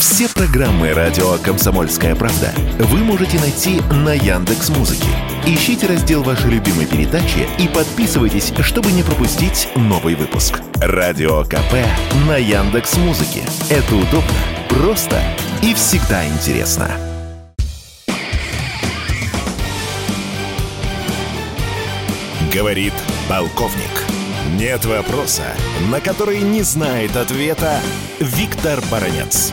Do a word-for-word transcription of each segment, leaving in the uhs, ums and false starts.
Все программы радио «Комсомольская правда» вы можете найти на Яндекс.Музыке. Ищите раздел вашей любимой передачи и подписывайтесь, чтобы не пропустить новый выпуск. Радио КП на Яндекс.Музыке. Это удобно, просто и всегда интересно. Говорит полковник. Нет вопроса, на который не знает ответа Виктор Баранец.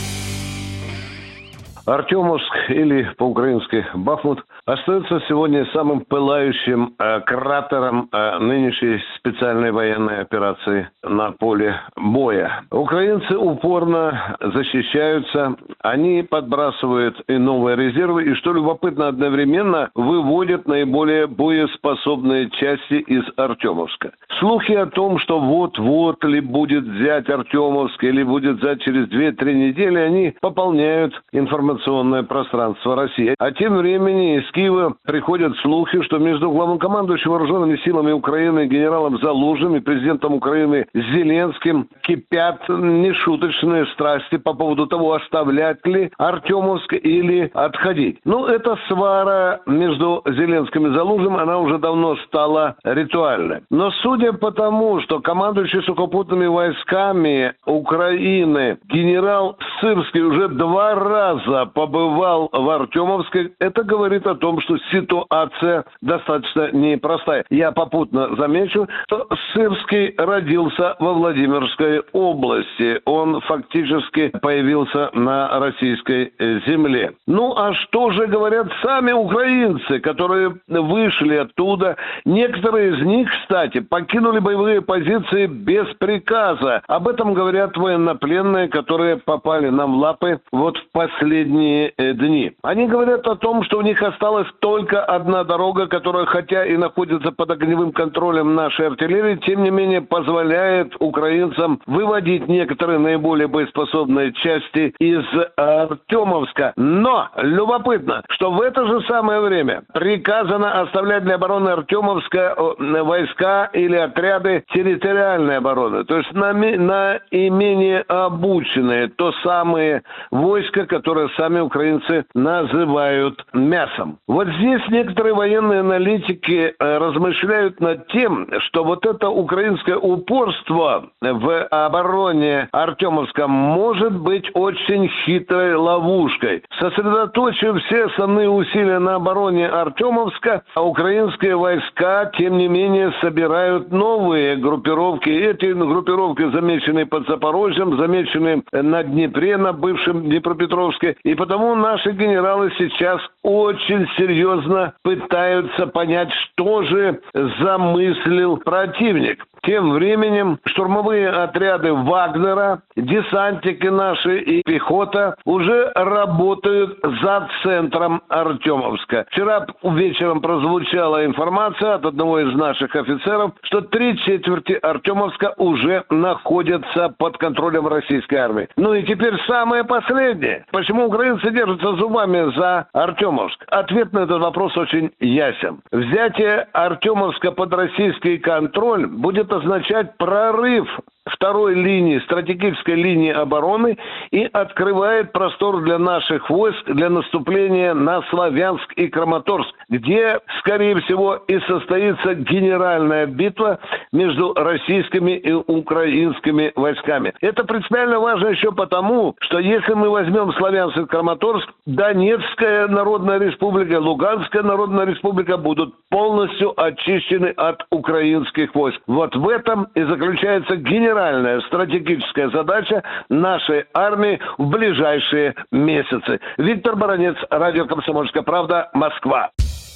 Артемовск, или по-украински Бахмут, остается сегодня самым пылающим э, кратером э, нынешней специальной военной операции на поле боя. Украинцы упорно защищаются, они подбрасывают и новые резервы, и, что любопытно, одновременно выводят наиболее боеспособные части из Артемовска. Слухи о том, что вот-вот ли будет взять Артемовск, или будет взять через две-три недели, они пополняют информационное пространство России. А тем временем из Киева приходят слухи, что между главнокомандующим вооруженными силами Украины генералом Залужным и президентом Украины Зеленским кипят нешуточные страсти по поводу того, оставлять ли Артемовск или отходить. Ну, эта свара между Зеленским и Залужным, она уже давно стала ритуальной. Но судя по тому, что командующий сухопутными войсками Украины генерал Сырский уже два раза побывал в Артемовске, это говорит о том, что ситуация достаточно непростая. Я попутно замечу, что Сырский родился во Владимирской области. Он фактически появился на российской земле. Ну, а что же говорят сами украинцы, которые вышли оттуда? Некоторые из них, кстати, покинули боевые позиции без приказа. Об этом говорят военнопленные, которые попали нам в лапы вот в последние дни. Они говорят о том, что у них осталась только одна дорога, которая, хотя и находится под огневым контролем нашей артиллерии, тем не менее позволяет украинцам выводить некоторые наиболее боеспособные части из Артемовска. Но любопытно, что в это же самое время приказано оставлять для обороны Артемовска войска или отряды территориальной обороны, то есть на, на и менее обученные, то самые войска, которые сами украинцы называют мясом. Вот здесь некоторые военные аналитики размышляют над тем, что вот это украинское упорство в обороне Артемовска может быть очень хитрой ловушкой. Сосредоточив все основные усилия на обороне Артемовска, украинские войска, тем не менее, собирают новые группировки. Эти группировки замечены под Запорожьем, замечены на Днепре, на бывшем Днепропетровске. И потому наши генералы сейчас очень серьезно пытаются понять, что же замыслил противник. Тем временем штурмовые отряды Вагнера, десантники наши и пехота уже работают за центром Артемовска. Вчера вечером прозвучала информация от одного из наших офицеров, что три четверти Артемовска уже находятся под контролем российской армии. Ну и теперь самое последнее. Почему украинцы держатся зубами за Артемовск? Ответ на этот вопрос очень ясен. Взятие Артемовска под российский контроль будет означать прорыв второй линии, стратегической линии обороны и открывает простор для наших войск для наступления на Славянск и Краматорск, где, скорее всего, и состоится генеральная битва между российскими и украинскими войсками. Это принципиально важно еще потому, что если мы возьмем Славянск и Краматорск, Донецкая Народная Республика, Луганская Народная Республика будут полностью очищены от украинских войск. Вот в этом и заключается генеральная стратегическая задача нашей армии в ближайшие месяцы. Виктор Баранец, радио «Комсомольская правда», Москва.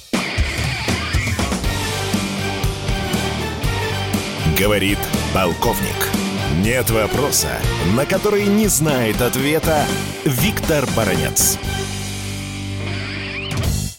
Говорит полковник. Нет вопроса, на который не знает ответа Виктор Баранец.